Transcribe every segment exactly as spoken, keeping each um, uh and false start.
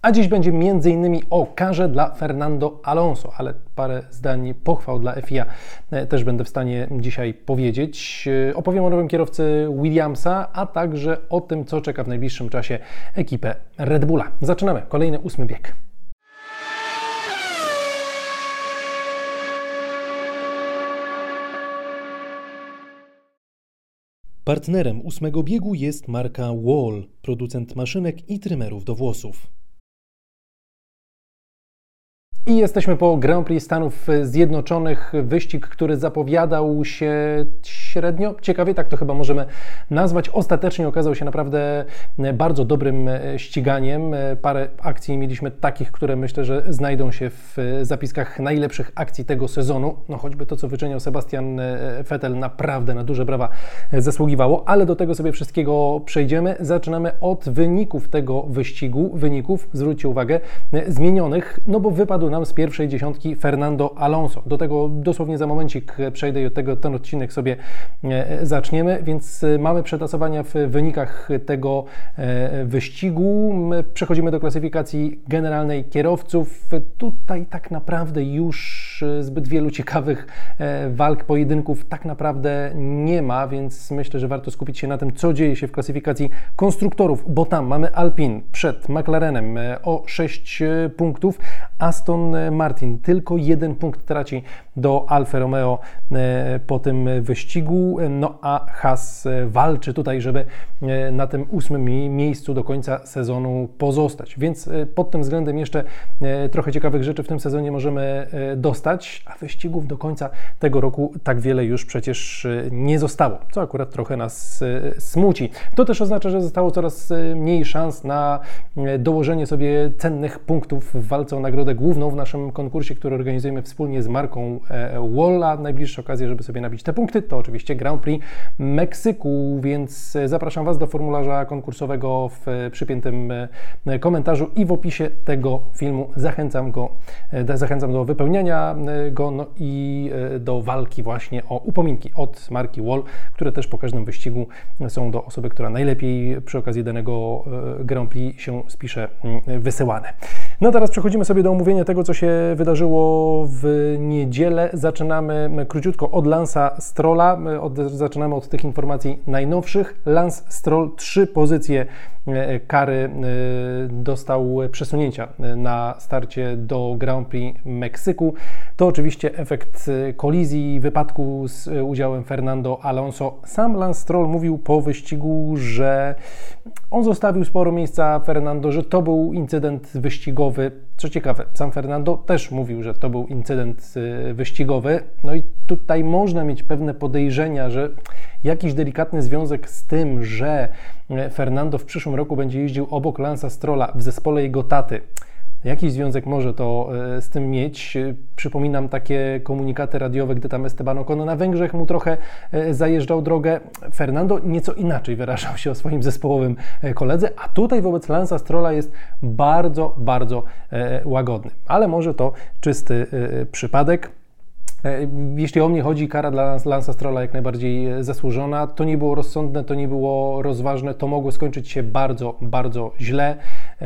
A dziś będzie między innymi o karze dla Fernando Alonso, ale parę zdań pochwał dla F I A też będę w stanie dzisiaj powiedzieć. Opowiem o nowym kierowcy Williamsa, a także o tym, co czeka w najbliższym czasie ekipę Red Bulla. Zaczynamy kolejny ósmy bieg. Partnerem ósmego biegu jest marka Wall, producent maszynek i trymerów do włosów. I jesteśmy po Grand Prix Stanów Zjednoczonych. Wyścig, który zapowiadał się średnio ciekawie, tak to chyba możemy nazwać. Ostatecznie okazał się naprawdę bardzo dobrym ściganiem. Parę akcji mieliśmy takich, które myślę, że znajdą się w zapiskach najlepszych akcji tego sezonu. No choćby to, co wyczyniał Sebastian Vettel, naprawdę na duże brawa zasługiwało, ale do tego sobie wszystkiego przejdziemy. Zaczynamy od wyników tego wyścigu. Wyników, zwróćcie uwagę, zmienionych, no bo wypadł nam z pierwszej dziesiątki Fernando Alonso. Do tego dosłownie za momencik przejdę i od tego ten odcinek sobie zaczniemy, więc mamy przetasowania w wynikach tego wyścigu. Przechodzimy do klasyfikacji generalnej kierowców. Tutaj tak naprawdę już zbyt wielu ciekawych walk, pojedynków tak naprawdę nie ma, więc myślę, że warto skupić się na tym, co dzieje się w klasyfikacji konstruktorów, bo tam mamy Alpine przed McLarenem o sześć punktów, Aston Martin tylko jeden punkt traci do Alfa Romeo po tym wyścigu, no a Haas walczy tutaj, żeby na tym ósmym miejscu do końca sezonu pozostać, więc pod tym względem jeszcze trochę ciekawych rzeczy w tym sezonie możemy dostać, a wyścigów do końca tego roku tak wiele już przecież nie zostało, co akurat trochę nas smuci. To też oznacza, że zostało coraz mniej szans na dołożenie sobie cennych punktów w walce o nagrodę główną w naszym konkursie, który organizujemy wspólnie z marką Walla. Najbliższa okazja, żeby sobie nabić te punkty, to oczywiście Grand Prix Meksyku, więc zapraszam Was do formularza konkursowego w przypiętym komentarzu i w opisie tego filmu. Zachęcam go, zachęcam do wypełniania go, no i do walki właśnie o upominki od marki Wall, które też po każdym wyścigu są do osoby, która najlepiej przy okazji danego Grand Prix się spisze, wysyłane. No teraz przechodzimy sobie do omówienia tego, co się wydarzyło w niedzielę. Zaczynamy króciutko od Lance'a Strolla. Od, zaczynamy od tych informacji najnowszych. Lance Stroll trzy pozycje kary dostał przesunięcia na starcie do Grand Prix Meksyku. To oczywiście efekt kolizji, wypadku z udziałem Fernando Alonso. Sam Lance Stroll mówił po wyścigu, że on zostawił sporo miejsca Fernando, że to był incydent wyścigowy. Co ciekawe, sam Fernando też mówił, że to był incydent wyścigowy. No i tutaj można mieć pewne podejrzenia, że jakiś delikatny związek z tym, że Fernando w przyszłym roku będzie jeździł obok Lance'a Strolla w zespole jego taty. Jakiś związek może to z tym mieć. Przypominam takie komunikaty radiowe, gdy tam Esteban Ocon na Węgrzech mu trochę zajeżdżał drogę. Fernando nieco inaczej wyrażał się o swoim zespołowym koledze, a tutaj wobec Lance'a Strolla jest bardzo, bardzo łagodny. Ale może to czysty przypadek. Jeśli o mnie chodzi, kara dla Lance'a Strolla jak najbardziej zasłużona. To nie było rozsądne, to nie było rozważne, to mogło skończyć się bardzo, bardzo źle.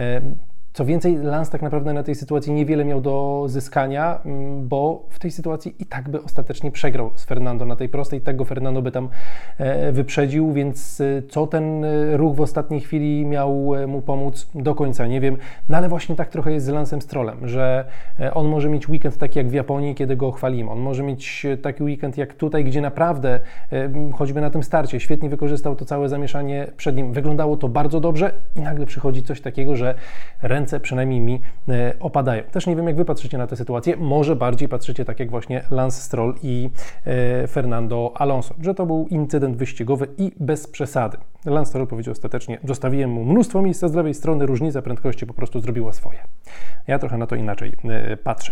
Co więcej, Lance tak naprawdę na tej sytuacji niewiele miał do zyskania, bo w tej sytuacji i tak by ostatecznie przegrał z Fernando na tej prostej, tak go Fernando by tam wyprzedził, więc co ten ruch w ostatniej chwili miał mu pomóc, do końca nie wiem. No ale właśnie tak trochę jest z Lance'em Strollem, że on może mieć weekend taki jak w Japonii, kiedy go chwalimy. On może mieć taki weekend jak tutaj, gdzie naprawdę, choćby na tym starcie, świetnie wykorzystał to całe zamieszanie przed nim. Wyglądało to bardzo dobrze i nagle przychodzi coś takiego, że ręce przynajmniej mi e, opadają. Też nie wiem, jak Wy patrzycie na tę sytuację. Może bardziej patrzycie tak jak właśnie Lance Stroll i e, Fernando Alonso, że to był incydent wyścigowy i bez przesady. Lance Stroll powiedział ostatecznie, zostawiłem mu mnóstwo miejsca z lewej strony, różnica prędkości po prostu zrobiła swoje. Ja trochę na to inaczej e, patrzę.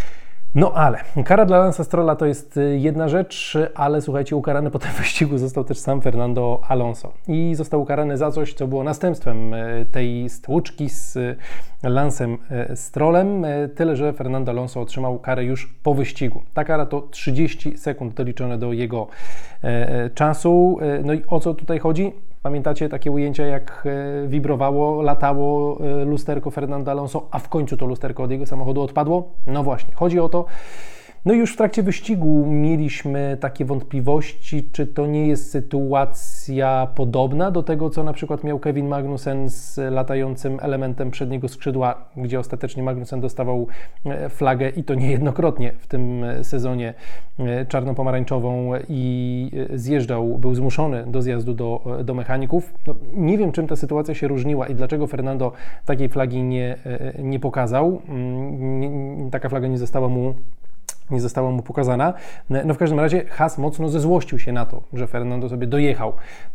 No ale kara dla Lance'a Strolla to jest jedna rzecz, ale słuchajcie, ukarany po tym wyścigu został też sam Fernando Alonso i został ukarany za coś, co było następstwem tej stłuczki z Lance'em Strollem, tyle że Fernando Alonso otrzymał karę już po wyścigu. Ta kara to trzydzieści sekund doliczone do jego czasu. No i o co tutaj chodzi? Pamiętacie takie ujęcia, jak wibrowało, latało lusterko Fernanda Alonso, a w końcu to lusterko od jego samochodu odpadło? No właśnie, chodzi o to. No i już w trakcie wyścigu mieliśmy takie wątpliwości, czy to nie jest sytuacja podobna do tego, co na przykład miał Kevin Magnussen z latającym elementem przedniego skrzydła, gdzie ostatecznie Magnussen dostawał flagę i to niejednokrotnie w tym sezonie czarno-pomarańczową i zjeżdżał, był zmuszony do zjazdu do, do mechaników. No, nie wiem, czym ta sytuacja się różniła i dlaczego Fernando takiej flagi nie, nie pokazał. Nie, taka flaga nie została mu nie została mu pokazana. No w każdym razie Haas mocno zezłościł się na to, że Fernando sobie dojechał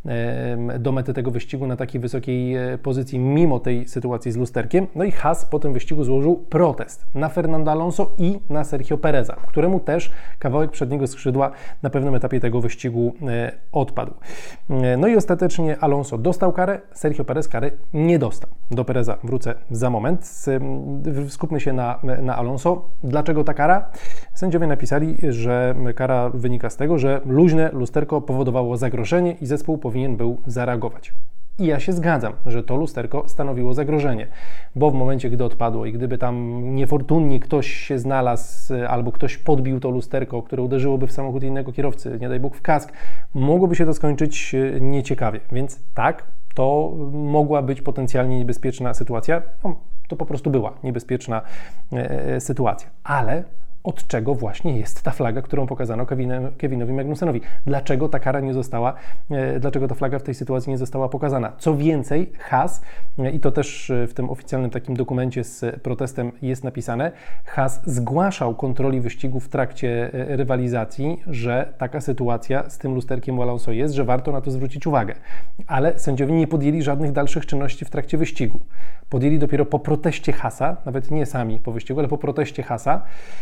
do mety tego wyścigu na takiej wysokiej pozycji mimo tej sytuacji z lusterkiem. No i Haas po tym wyścigu złożył protest na Fernanda Alonso i na Sergio Pereza, któremu też kawałek przedniego skrzydła na pewnym etapie tego wyścigu odpadł. No i ostatecznie Alonso dostał karę, Sergio Perez kary nie dostał. Do Pereza wrócę za moment. Skupmy się na, na Alonso. Dlaczego ta kara? Sędziowie napisali, że kara wynika z tego, że luźne lusterko powodowało zagrożenie i zespół powinien był zareagować. I ja się zgadzam, że to lusterko stanowiło zagrożenie, bo w momencie, gdy odpadło i gdyby tam niefortunnie ktoś się znalazł albo ktoś podbił to lusterko, które uderzyłoby w samochód innego kierowcy, nie daj Bóg w kask, mogłoby się to skończyć nieciekawie. Więc tak, to mogła być potencjalnie niebezpieczna sytuacja. No, to po prostu była niebezpieczna e, sytuacja. Ale od czego właśnie jest ta flaga, którą pokazano Kevinowi Magnussenowi? Dlaczego ta kara nie została, e, dlaczego ta flaga w tej sytuacji nie została pokazana? Co więcej, Haas, e, i to też w tym oficjalnym takim dokumencie z protestem jest napisane, Haas zgłaszał kontroli wyścigu w trakcie e, rywalizacji, że taka sytuacja z tym lusterkiem u Alonso jest, że warto na to zwrócić uwagę. Ale sędziowie nie podjęli żadnych dalszych czynności w trakcie wyścigu. Podjęli dopiero po proteście Haasa, nawet nie sami po wyścigu, ale po proteście Haasa.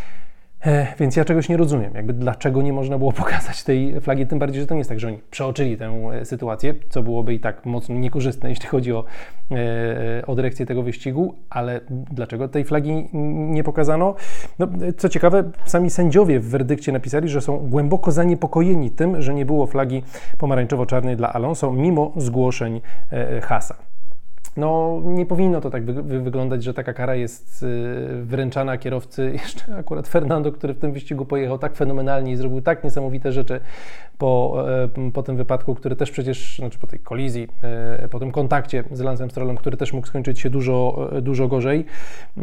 Więc ja czegoś nie rozumiem, jakby dlaczego nie można było pokazać tej flagi, tym bardziej, że to nie jest tak, że oni przeoczyli tę sytuację, co byłoby i tak mocno niekorzystne, jeśli chodzi o, o dyrekcję tego wyścigu, ale dlaczego tej flagi nie pokazano? No, co ciekawe, sami sędziowie w werdykcie napisali, że są głęboko zaniepokojeni tym, że nie było flagi pomarańczowo-czarnej dla Alonso, mimo zgłoszeń Haasa. No, nie powinno to tak wy- wyglądać, że taka kara jest y, wręczana kierowcy, jeszcze akurat Fernando, który w tym wyścigu pojechał tak fenomenalnie i zrobił tak niesamowite rzeczy po, y, po tym wypadku, który też przecież, znaczy po tej kolizji, y, po tym kontakcie z Lancem Strollem, który też mógł skończyć się dużo, y, dużo gorzej. Y,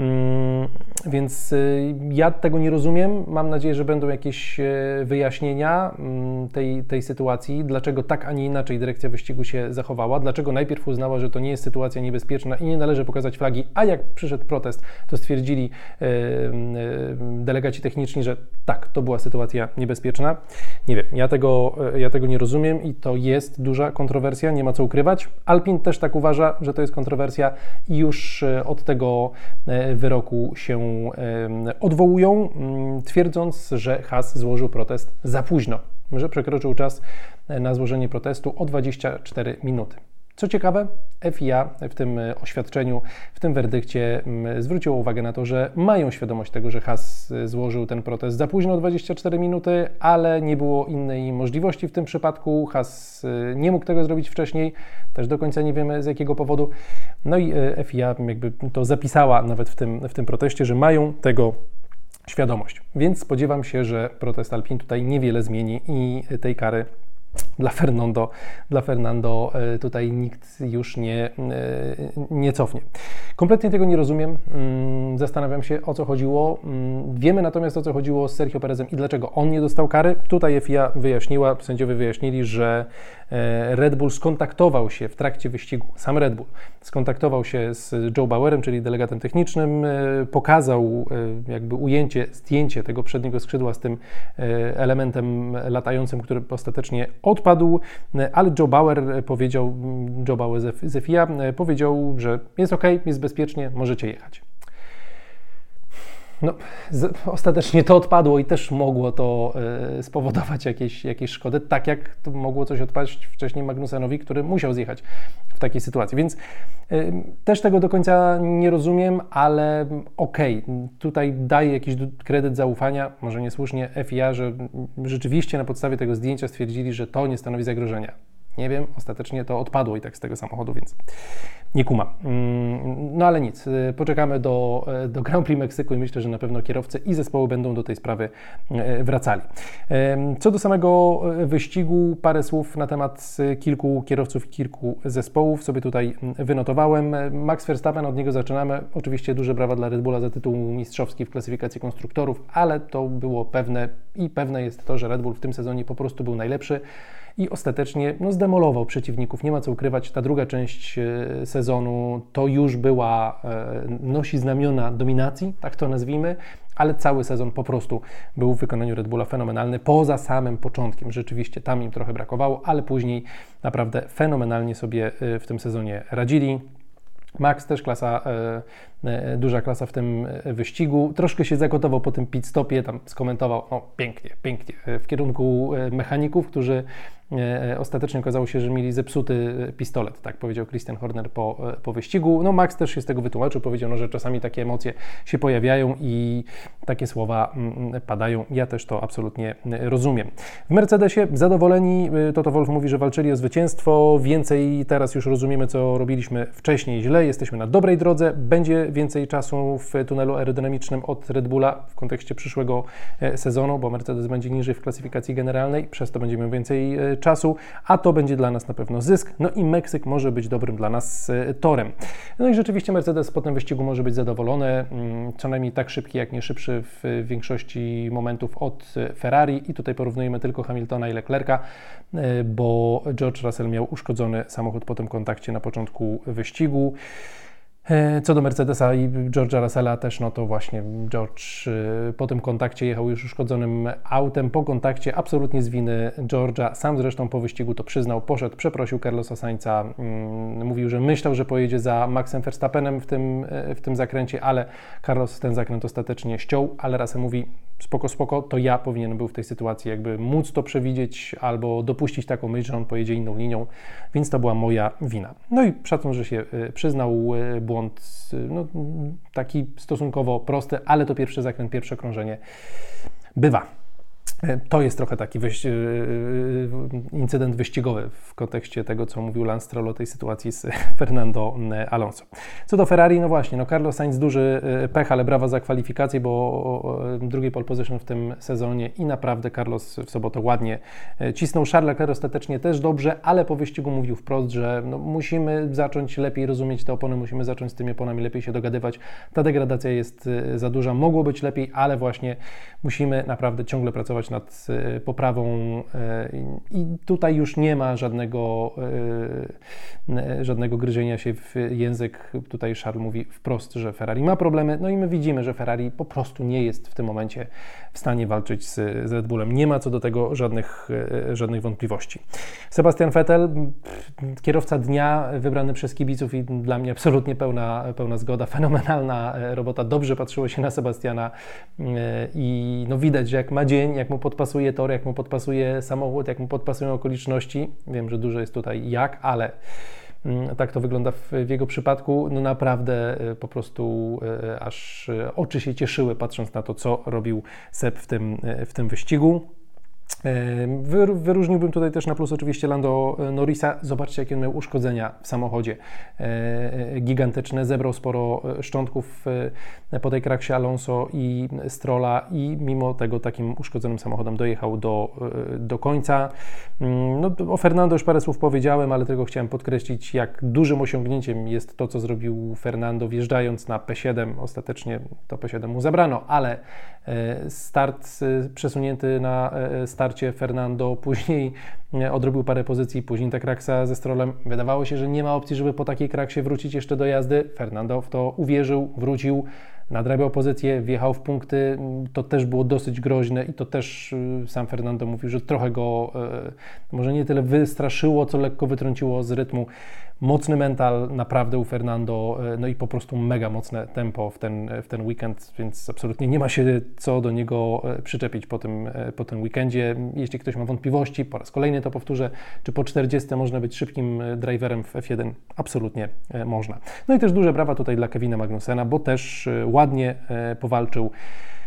więc y, ja tego nie rozumiem. Mam nadzieję, że będą jakieś y, wyjaśnienia y, tej, tej sytuacji, dlaczego tak, a nie inaczej dyrekcja wyścigu się zachowała, dlaczego najpierw uznała, że to nie jest sytuacja niebezpieczna i nie należy pokazać flagi, a jak przyszedł protest, to stwierdzili yy, yy, delegaci techniczni, że tak, to była sytuacja niebezpieczna. Nie wiem, ja tego, yy, ja tego nie rozumiem i to jest duża kontrowersja, nie ma co ukrywać. Alpine też tak uważa, że to jest kontrowersja i już yy, od tego yy, wyroku się yy, odwołują, yy, twierdząc, że Haas złożył protest za późno, że przekroczył czas na złożenie protestu o dwadzieścia cztery minuty. Co ciekawe, F I A w tym oświadczeniu, w tym werdykcie zwróciło uwagę na to, że mają świadomość tego, że Haas złożył ten protest za późno o dwadzieścia cztery minuty, ale nie było innej możliwości w tym przypadku. Haas nie mógł tego zrobić wcześniej, też do końca nie wiemy z jakiego powodu. No i F I A jakby to zapisała nawet w tym, w tym proteście, że mają tego świadomość. Więc spodziewam się, że protest Alpine tutaj niewiele zmieni i tej kary Dla Fernando, dla Fernando tutaj nikt już nie, nie cofnie. Kompletnie tego nie rozumiem. Zastanawiam się, o co chodziło. Wiemy natomiast, o co chodziło z Sergio Perezem i dlaczego on nie dostał kary. Tutaj F I A wyjaśniła, sędziowie wyjaśnili, że Red Bull skontaktował się w trakcie wyścigu, sam Red Bull skontaktował się z Joe Bauerem, czyli delegatem technicznym, pokazał jakby ujęcie, zdjęcie tego przedniego skrzydła z tym elementem latającym, który ostatecznie odpadł, ale Joe Bauer powiedział, Joe Bauer z F I A powiedział, że jest ok, jest bezpiecznie, możecie jechać. No, z, ostatecznie to odpadło i też mogło to y, spowodować jakieś, jakieś szkody, tak jak to mogło coś odpaść wcześniej Magnussenowi, który musiał zjechać w takiej sytuacji. Więc y, też tego do końca nie rozumiem, ale okej, okay, tutaj daję jakiś kredyt zaufania, może niesłusznie F I A, że rzeczywiście na podstawie tego zdjęcia stwierdzili, że to nie stanowi zagrożenia. Nie wiem, ostatecznie to odpadło i tak z tego samochodu, więc nie kumam. No ale nic, poczekamy do, do Grand Prix Meksyku i myślę, że na pewno kierowcy i zespoły będą do tej sprawy wracali. Co do samego wyścigu, parę słów na temat kilku kierowców i kilku zespołów sobie tutaj wynotowałem. Max Verstappen, od niego zaczynamy. Oczywiście duże brawa dla Red Bulla za tytuł mistrzowski w klasyfikacji konstruktorów, ale to było pewne i pewne jest to, że Red Bull w tym sezonie po prostu był najlepszy i ostatecznie no, zdemolował przeciwników. Nie ma co ukrywać, ta druga część sezonu to już była, nosi znamiona dominacji, tak to nazwijmy, ale cały sezon po prostu był w wykonaniu Red Bulla fenomenalny, poza samym początkiem. Rzeczywiście tam im trochę brakowało, ale później naprawdę fenomenalnie sobie w tym sezonie radzili. Max też klasa, e, duża klasa w tym wyścigu. Troszkę się zagotował po tym pit stopie, tam skomentował, no pięknie, pięknie, w kierunku mechaników, którzy e, ostatecznie okazało się, że mieli zepsuty pistolet, tak powiedział Christian Horner po, po wyścigu. No Max też się z tego wytłumaczył, powiedział, no, że czasami takie emocje się pojawiają i takie słowa mm, padają. Ja też to absolutnie rozumiem. W Mercedesie zadowoleni, Toto Wolff mówi, że walczyli o zwycięstwo, więcej teraz już rozumiemy, co robiliśmy wcześniej źle, jesteśmy na dobrej drodze, będzie więcej czasu w tunelu aerodynamicznym od Red Bulla w kontekście przyszłego sezonu, bo Mercedes będzie niżej w klasyfikacji generalnej, przez to będziemy miał więcej czasu, a to będzie dla nas na pewno zysk, no i Meksyk może być dobrym dla nas torem. No i rzeczywiście Mercedes po tym wyścigu może być zadowolony, co najmniej tak szybki, jak nie szybszy w większości momentów od Ferrari i tutaj porównujemy tylko Hamiltona i Leclerca, bo George Russell miał uszkodzony samochód po tym kontakcie na początku wyścigu. Co do Mercedesa i George'a Russella też, no to właśnie George po tym kontakcie jechał już uszkodzonym autem, po kontakcie absolutnie z winy George'a, sam zresztą po wyścigu to przyznał, poszedł, przeprosił Carlosa Sainza, mm, mówił, że myślał, że pojedzie za Maxem Verstappenem w tym, w tym zakręcie, ale Carlos ten zakręt ostatecznie ściął, ale Russell mówi, spoko, spoko, to ja powinienem był w tej sytuacji jakby móc to przewidzieć albo dopuścić taką myśl, że on pojedzie inną linią, więc to była moja wina. No i szacun, że się przyznał, błąd no, taki stosunkowo prosty, ale to pierwszy zakręt, pierwsze krążenie bywa. To jest trochę taki wyś... incydent wyścigowy w kontekście tego, co mówił Lance Stroll o tej sytuacji z Fernando Alonso. Co do Ferrari, no właśnie, no Carlos Sainz duży pech, ale brawa za kwalifikację, bo drugi pole position w tym sezonie i naprawdę Carlos w sobotę ładnie cisnął. Charles Leclerc ostatecznie też dobrze, ale po wyścigu mówił wprost, że no musimy zacząć lepiej rozumieć te opony, musimy zacząć z tymi oponami lepiej się dogadywać. Ta degradacja jest za duża, mogło być lepiej, ale właśnie musimy naprawdę ciągle pracować nad poprawą i tutaj już nie ma żadnego, żadnego gryzienia się w język. Tutaj Charles mówi wprost, że Ferrari ma problemy, no i my widzimy, że Ferrari po prostu nie jest w tym momencie w stanie walczyć z, z Red Bullem. Nie ma co do tego żadnych, żadnych wątpliwości. Sebastian Vettel, kierowca dnia wybrany przez kibiców i dla mnie absolutnie pełna, pełna zgoda, fenomenalna robota, dobrze patrzyło się na Sebastiana i no widać, że jak ma dzień, jak mu podpasuje tor, jak mu podpasuje samochód, jak mu podpasują okoliczności. Wiem, że dużo jest tutaj jak, ale tak to wygląda w, w jego przypadku. No naprawdę po prostu aż oczy się cieszyły, patrząc na to, co robił Seb w tym, w tym wyścigu. Wyróżniłbym tutaj też na plus oczywiście Lando Norrisa. Zobaczcie, jakie on miał uszkodzenia w samochodzie. Gigantyczne, zebrał sporo szczątków po tej kraksie Alonso i Strolla i mimo tego takim uszkodzonym samochodem dojechał do, do końca. No, o Fernando już parę słów powiedziałem, ale tylko chciałem podkreślić, jak dużym osiągnięciem jest to, co zrobił Fernando, wjeżdżając na P siedem. Ostatecznie to P siedem mu zabrano, ale start przesunięty na starcie Fernando, później odrobił parę pozycji, później ta kraksa ze Strollem. Wydawało się, że nie ma opcji, żeby po takiej kraksie wrócić jeszcze do jazdy. Fernando w to uwierzył, wrócił, nadrabiał pozycję, wjechał w punkty. To też było dosyć groźne i to też sam Fernando mówił, że trochę go może nie tyle wystraszyło, co lekko wytrąciło z rytmu. Mocny mental naprawdę u Fernando, no i po prostu mega mocne tempo w ten, w ten weekend, więc absolutnie nie ma się co do niego przyczepić po tym, po tym weekendzie. Jeśli ktoś ma wątpliwości, po raz kolejny to powtórzę, czy po czterdziestce można być szybkim driverem w F jeden? Absolutnie można. No i też duże brawa tutaj dla Kevina Magnusena, bo też ładnie powalczył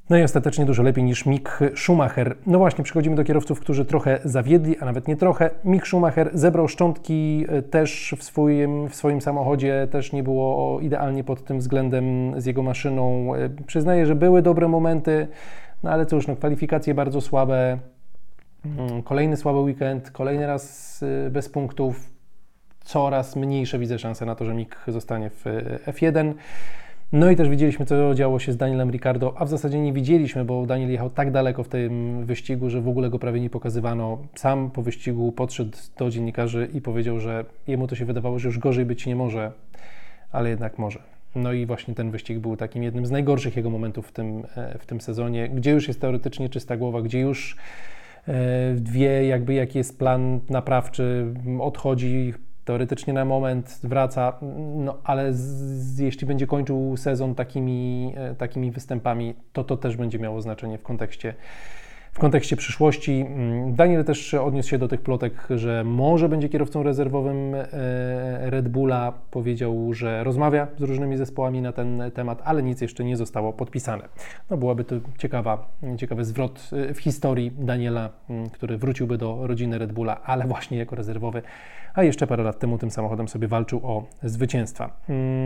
No i ostatecznie dużo lepiej niż Mick Schumacher. No właśnie, przechodzimy do kierowców, którzy trochę zawiedli, a nawet nie trochę. Mick Schumacher zebrał szczątki też w swoim, w swoim samochodzie, też nie było idealnie pod tym względem z jego maszyną. Przyznaję, że były dobre momenty, no ale cóż, no kwalifikacje bardzo słabe, kolejny słaby weekend, kolejny raz bez punktów, coraz mniejsze widzę szanse na to, że Mick zostanie w F jeden. No i też widzieliśmy, co działo się z Danielem Ricciardo, a w zasadzie nie widzieliśmy, bo Daniel jechał tak daleko w tym wyścigu, że w ogóle go prawie nie pokazywano. Sam po wyścigu podszedł do dziennikarzy i powiedział, że jemu to się wydawało, że już gorzej być nie może, ale jednak może. No i właśnie ten wyścig był takim jednym z najgorszych jego momentów w tym, w tym sezonie, gdzie już jest teoretycznie czysta głowa, gdzie już wie jakby jaki jest plan naprawczy, odchodzi teoretycznie na moment, wraca, no ale z, jeśli będzie kończył sezon takimi, takimi występami, to to też będzie miało znaczenie w kontekście, w kontekście przyszłości. Daniel też odniósł się do tych plotek, że może będzie kierowcą rezerwowym Red Bulla. Powiedział, że rozmawia z różnymi zespołami na ten temat, ale nic jeszcze nie zostało podpisane. No byłaby to ciekawa, ciekawy zwrot w historii Daniela, który wróciłby do rodziny Red Bulla, ale właśnie jako rezerwowy, a jeszcze parę lat temu tym samochodem sobie walczył o zwycięstwa.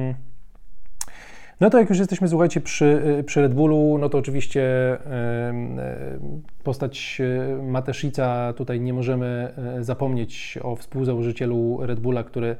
No to jak już jesteśmy, słuchajcie, przy, przy Red Bullu, no to oczywiście postać Mateszica, tutaj nie możemy zapomnieć o współzałożycielu Red Bulla, który,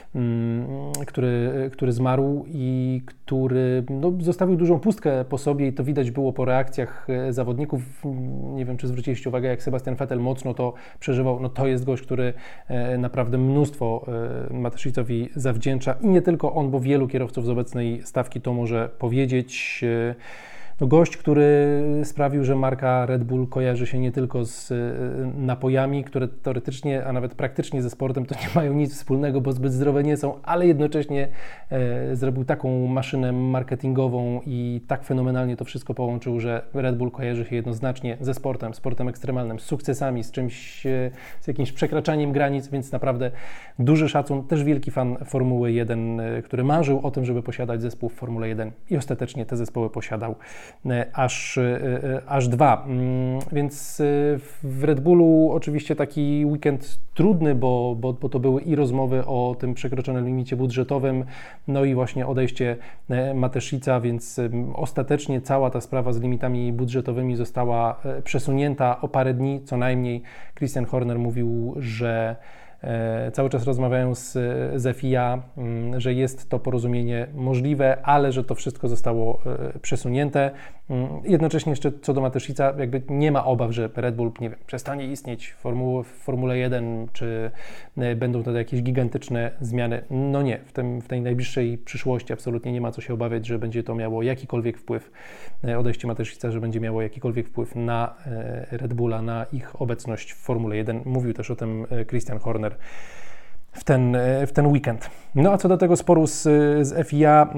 który, który zmarł i który no, zostawił dużą pustkę po sobie i to widać było po reakcjach zawodników. Nie wiem, czy zwróciliście uwagę, jak Sebastian Vettel mocno to przeżywał. No to jest gość, który naprawdę mnóstwo Mateszicowi zawdzięcza i nie tylko on, bo wielu kierowców z obecnej stawki to może powiedzieć. No gość, który sprawił, że marka Red Bull kojarzy się nie tylko z napojami, które teoretycznie, a nawet praktycznie ze sportem to nie mają nic wspólnego, bo zbyt zdrowe nie są, ale jednocześnie e, zrobił taką maszynę marketingową i tak fenomenalnie to wszystko połączył, że Red Bull kojarzy się jednoznacznie ze sportem, sportem ekstremalnym, z sukcesami, z czymś, e, z jakimś przekraczaniem granic, więc naprawdę duży szacun, też wielki fan Formuły jeden, e, który marzył o tym, żeby posiadać zespół w Formule jeden i ostatecznie te zespoły posiadał aż, aż dwa. Więc w Red Bullu oczywiście taki weekend trudny, bo, bo, bo to były i rozmowy o tym przekroczonym limicie budżetowym, no i właśnie odejście Mateszica, więc ostatecznie cała ta sprawa z limitami budżetowymi została przesunięta o parę dni co najmniej. Christian Horner mówił, że cały czas rozmawiają z, z F I A, że jest to porozumienie możliwe, ale że to wszystko zostało przesunięte. Jednocześnie jeszcze co do Mateszica, jakby nie ma obaw, że Red Bull, nie wiem, przestanie istnieć w, formu, w Formule jeden, czy będą to jakieś gigantyczne zmiany. No nie, w, tym, w tej najbliższej przyszłości absolutnie nie ma co się obawiać, że będzie to miało jakikolwiek wpływ, odejście Mateszica, że będzie miało jakikolwiek wpływ na Red Bulla, na ich obecność w Formule jeden. Mówił też o tym Christian Horner w ten, w ten weekend. No a co do tego sporu z, z F I A,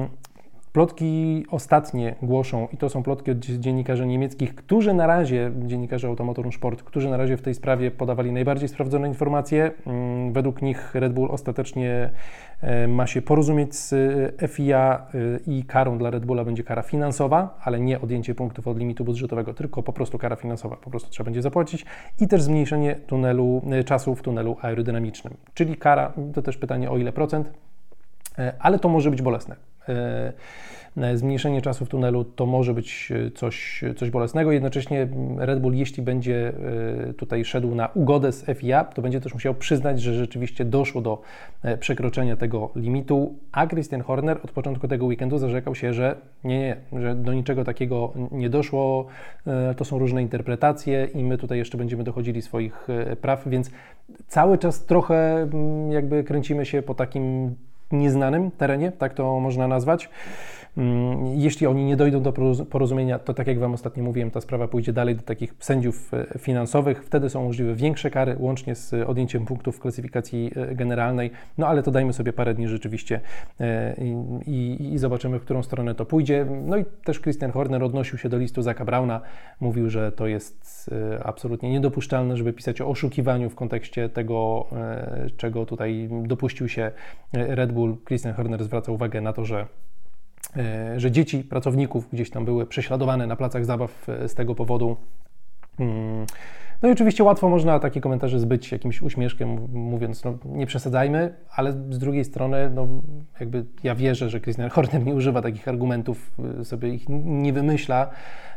plotki ostatnie głoszą, i to są plotki od dziennikarzy niemieckich, którzy na razie, dziennikarzy Automotor und Sport, którzy na razie w tej sprawie podawali najbardziej sprawdzone informacje. Według nich Red Bull ostatecznie ma się porozumieć z F I A i karą dla Red Bulla będzie kara finansowa, ale nie odjęcie punktów od limitu budżetowego, tylko po prostu kara finansowa, po prostu trzeba będzie zapłacić i też zmniejszenie tunelu, czasu w tunelu aerodynamicznym. Czyli kara, to też pytanie o ile procent, ale to może być bolesne. Zmniejszenie czasu w tunelu to może być coś, coś bolesnego. Jednocześnie Red Bull, jeśli będzie tutaj szedł na ugodę z F I A, to będzie też musiał przyznać, że rzeczywiście doszło do przekroczenia tego limitu, a Christian Horner od początku tego weekendu zarzekał się, że nie, nie, że do niczego takiego nie doszło, to są różne interpretacje i my tutaj jeszcze będziemy dochodzili swoich praw, więc cały czas trochę jakby kręcimy się po takim nieznanym terenie, tak to można nazwać. Jeśli oni nie dojdą do porozumienia, to tak jak Wam ostatnio mówiłem, ta sprawa pójdzie dalej do takich sędziów finansowych. Wtedy są możliwe większe kary, łącznie z odjęciem punktów w klasyfikacji generalnej. No ale to dajmy sobie parę dni rzeczywiście i, i, i zobaczymy, w którą stronę to pójdzie. No i też Christian Horner odnosił się do listu Zacka Browna. Mówił, że to jest absolutnie niedopuszczalne, żeby pisać o oszukiwaniu w kontekście tego, czego tutaj dopuścił się Red Bull. Christian Horner zwraca uwagę na to, że że dzieci pracowników gdzieś tam były prześladowane na placach zabaw z tego powodu. No i oczywiście łatwo można takie komentarze zbyć jakimś uśmieszkiem, mówiąc, no nie przesadzajmy, ale z drugiej strony, no jakby ja wierzę, że Christian Horner nie używa takich argumentów, sobie ich nie wymyśla.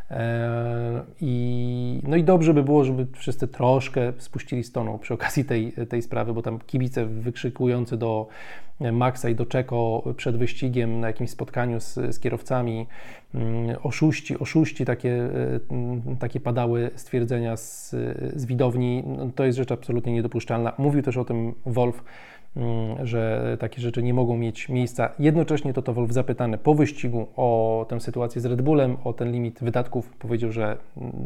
I, no i dobrze by było, żeby wszyscy troszkę spuścili z tonu przy okazji tej, tej sprawy, bo tam kibice wykrzykujący do Maxa i do Czeko przed wyścigiem na jakimś spotkaniu z, z kierowcami, oszuści, oszuści, takie, takie padały stwierdzenia z, z widowni, no to jest rzecz absolutnie niedopuszczalna. Mówił też o tym Wolff, że takie rzeczy nie mogą mieć miejsca. Jednocześnie Toto Wolff zapytany po wyścigu o tę sytuację z Red Bullem, o ten limit wydatków, powiedział, że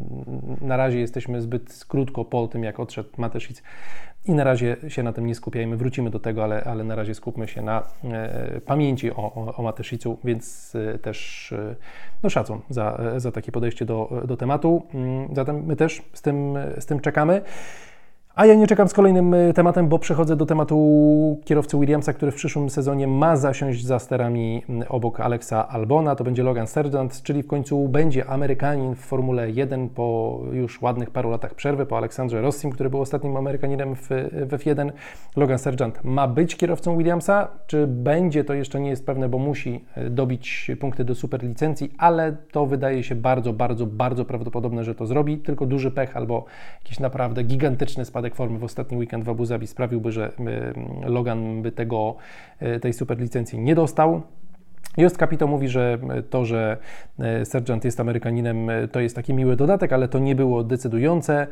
na razie jesteśmy zbyt krótko po tym, jak odszedł Mateschitz i na razie się na tym nie skupiajmy, wrócimy do tego, ale, ale na razie skupmy się na e, pamięci o, o, o Mateschitzu, więc e, też e, no szacun za, za takie podejście do, do tematu. Zatem my też z tym, z tym czekamy. A ja nie czekam z kolejnym tematem, bo przechodzę do tematu kierowcy Williamsa, który w przyszłym sezonie ma zasiąść za sterami obok Alexa Albona. To będzie Logan Sargeant, czyli w końcu będzie Amerykanin w Formule jeden po już ładnych paru latach przerwy, po Aleksandrze Rossim, który był ostatnim Amerykaninem w, w F jeden. Logan Sargeant ma być kierowcą Williamsa. Czy będzie, to jeszcze nie jest pewne, bo musi dobić punkty do superlicencji, ale to wydaje się bardzo, bardzo, bardzo prawdopodobne, że to zrobi. Tylko duży pech albo jakiś naprawdę gigantyczny spadek formy w ostatni weekend w Abu Zabi sprawiłby, że Logan by tego, tej superlicencji nie dostał. Jost Capito mówi, że to, że Sargeant jest Amerykaninem, to jest taki miły dodatek, ale to nie było decydujące.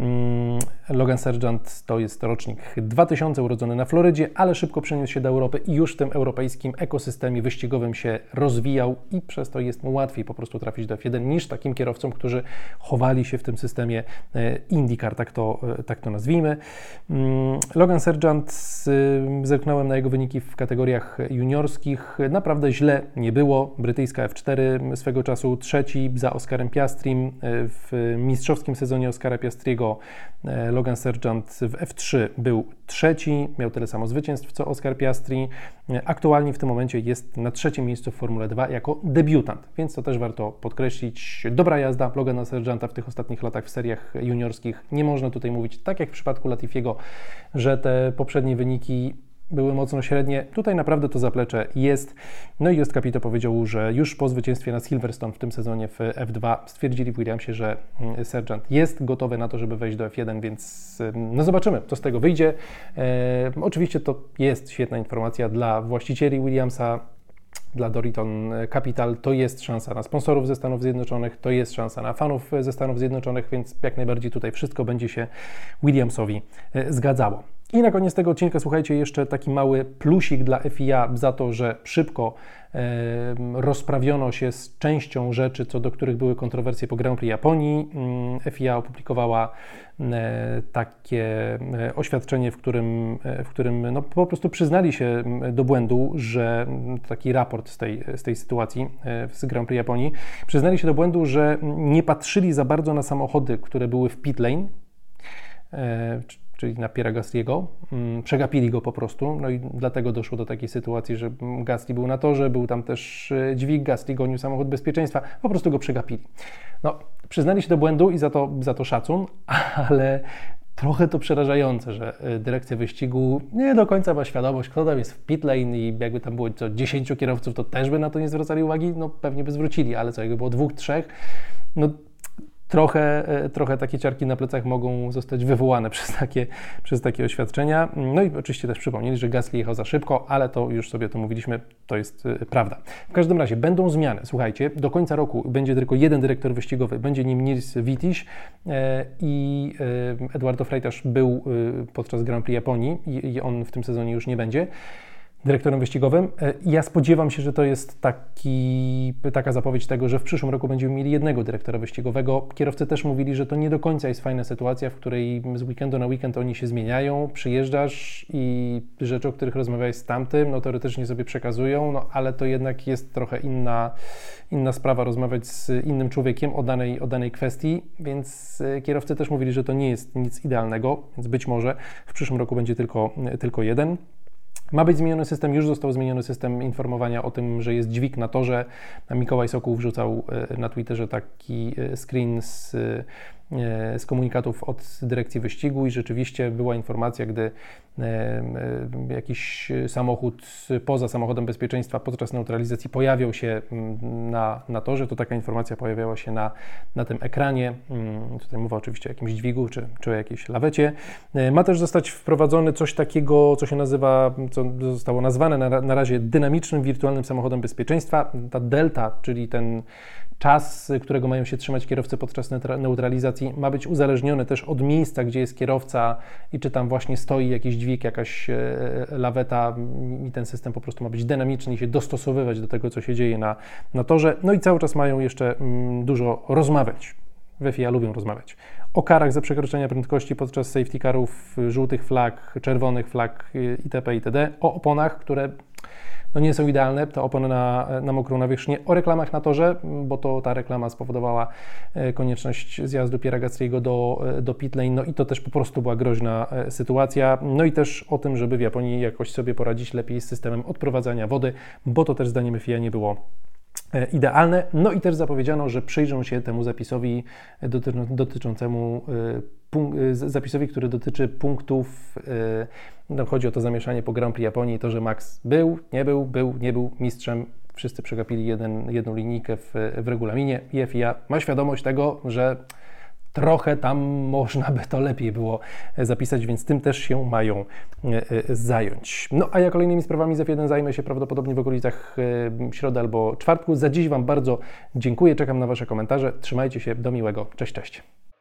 Logan Sargeant to jest rocznik dwa tysiące, urodzony na Florydzie, ale szybko przeniósł się do Europy i już w tym europejskim ekosystemie wyścigowym się rozwijał i przez to jest mu łatwiej po prostu trafić do F jeden niż takim kierowcom, którzy chowali się w tym systemie IndyCar, tak to, tak to nazwijmy. Logan Sargeant, zerknąłem na jego wyniki w kategoriach juniorskich, naprawdę źle nie było. Brytyjska F cztery swego czasu trzeci za Oscarem Piastrim. W mistrzowskim sezonie Oscara Piastriego Logan Sargeant w F trzy był trzeci, miał tyle samo zwycięstw co Oscar Piastri. Aktualnie w tym momencie jest na trzecim miejscu w Formule dwa jako debiutant, więc to też warto podkreślić. Dobra jazda Logana Sargeanta w tych ostatnich latach w seriach juniorskich. Nie można tutaj mówić, tak jak w przypadku Latifiego, że te poprzednie wyniki były mocno średnie. Tutaj naprawdę to zaplecze jest. No i Jost Capito powiedział, że już po zwycięstwie na Silverstone w tym sezonie w F dwa stwierdzili w Williamsie, że Sargeant jest gotowy na to, żeby wejść do F jeden, więc no zobaczymy, co z tego wyjdzie. E, oczywiście to jest świetna informacja dla właścicieli Williamsa, dla Dorilton Capital. To jest szansa na sponsorów ze Stanów Zjednoczonych, to jest szansa na fanów ze Stanów Zjednoczonych, więc jak najbardziej tutaj wszystko będzie się Williamsowi zgadzało. I na koniec tego odcinka, słuchajcie, jeszcze taki mały plusik dla F I A za to, że szybko e, rozprawiono się z częścią rzeczy, co do których były kontrowersje po Grand Prix Japonii. F I A opublikowała e, takie e, oświadczenie, w którym, e, w którym no, po prostu przyznali się do błędu, że taki raport z tej, z tej sytuacji e, z Grand Prix Japonii, przyznali się do błędu, że nie patrzyli za bardzo na samochody, które były w pit lane, e, czyli na Pierre'a Gasly'ego, przegapili go po prostu, no i dlatego doszło do takiej sytuacji, że Gasly był na torze, był tam też dźwig, Gasly gonił samochód bezpieczeństwa, po prostu go przegapili. No, przyznali się do błędu i za to, za to szacun, ale trochę to przerażające, że dyrekcja wyścigu nie do końca ma świadomość, kto tam jest w pit lane i jakby tam było co dziesięciu kierowców, to też by na to nie zwracali uwagi, no pewnie by zwrócili, ale co, jakby było dwóch, trzech, no Trochę, trochę takie ciarki na plecach mogą zostać wywołane przez takie, przez takie oświadczenia. No i oczywiście też przypomnieli, że Gasly jechał za szybko, ale to już sobie to mówiliśmy, to jest prawda. W każdym razie będą zmiany. Słuchajcie, do końca roku będzie tylko jeden dyrektor wyścigowy, będzie nim Nils Wittich i Eduardo Freitas był podczas Grand Prix Japonii i on w tym sezonie już nie będzie dyrektorem wyścigowym. Ja spodziewam się, że to jest taki, taka zapowiedź tego, że w przyszłym roku będziemy mieli jednego dyrektora wyścigowego. Kierowcy też mówili, że to nie do końca jest fajna sytuacja, w której z weekendu na weekend oni się zmieniają, przyjeżdżasz i rzeczy, o których rozmawiałeś z tamtym, no teoretycznie sobie przekazują, no ale to jednak jest trochę inna, inna sprawa rozmawiać z innym człowiekiem o danej, o danej kwestii, więc kierowcy też mówili, że to nie jest nic idealnego, więc być może w przyszłym roku będzie tylko, tylko jeden. Ma być zmieniony system, już został zmieniony system informowania o tym, że jest dźwig na torze. Mikołaj Sokół wrzucał na Twitterze taki screen z, z komunikatów od dyrekcji wyścigu i rzeczywiście była informacja, gdy jakiś samochód poza samochodem bezpieczeństwa podczas neutralizacji pojawiał się na, na torze, to taka informacja pojawiała się na, na tym ekranie. Tutaj mowa oczywiście o jakimś dźwigu czy, czy o jakiejś lawecie. Ma też zostać wprowadzony coś takiego, co się nazywa, co zostało nazwane na, na razie dynamicznym wirtualnym samochodem bezpieczeństwa. Ta delta, czyli ten czas, którego mają się trzymać kierowcy podczas neutralizacji, ma być uzależniony też od miejsca, gdzie jest kierowca i czy tam właśnie stoi jakiś dźwig, jakaś laweta i ten system po prostu ma być dynamiczny i się dostosowywać do tego, co się dzieje na, na torze. No i cały czas mają jeszcze mm, dużo rozmawiać. W F I A lubią rozmawiać o karach za przekroczenia prędkości podczas safety carów, żółtych flag, czerwonych flag itp. itd. O oponach, które no nie są idealne, te opony na, na mokrą nawierzchnię, o reklamach na torze, bo to ta reklama spowodowała konieczność zjazdu Pierre'a Gasly'ego do, do pit lane, no i to też po prostu była groźna sytuacja. No i też o tym, żeby w Japonii jakoś sobie poradzić lepiej z systemem odprowadzania wody, bo to też zdaniem F I A nie było idealne. No i też zapowiedziano, że przyjrzą się temu zapisowi dotyczącemu zapisowi, który dotyczy punktów, no chodzi o to zamieszanie po Grand Prix Japonii, to, że Max był, nie był, był, nie był mistrzem, wszyscy przegapili jeden, jedną linijkę w, w regulaminie i F I A ma świadomość tego, że trochę tam można by to lepiej było zapisać, więc tym też się mają zająć. No a ja kolejnymi sprawami z F jeden zajmę się prawdopodobnie w okolicach środy albo czwartku. Za dziś Wam bardzo dziękuję, czekam na Wasze komentarze. Trzymajcie się, do miłego. Cześć, cześć.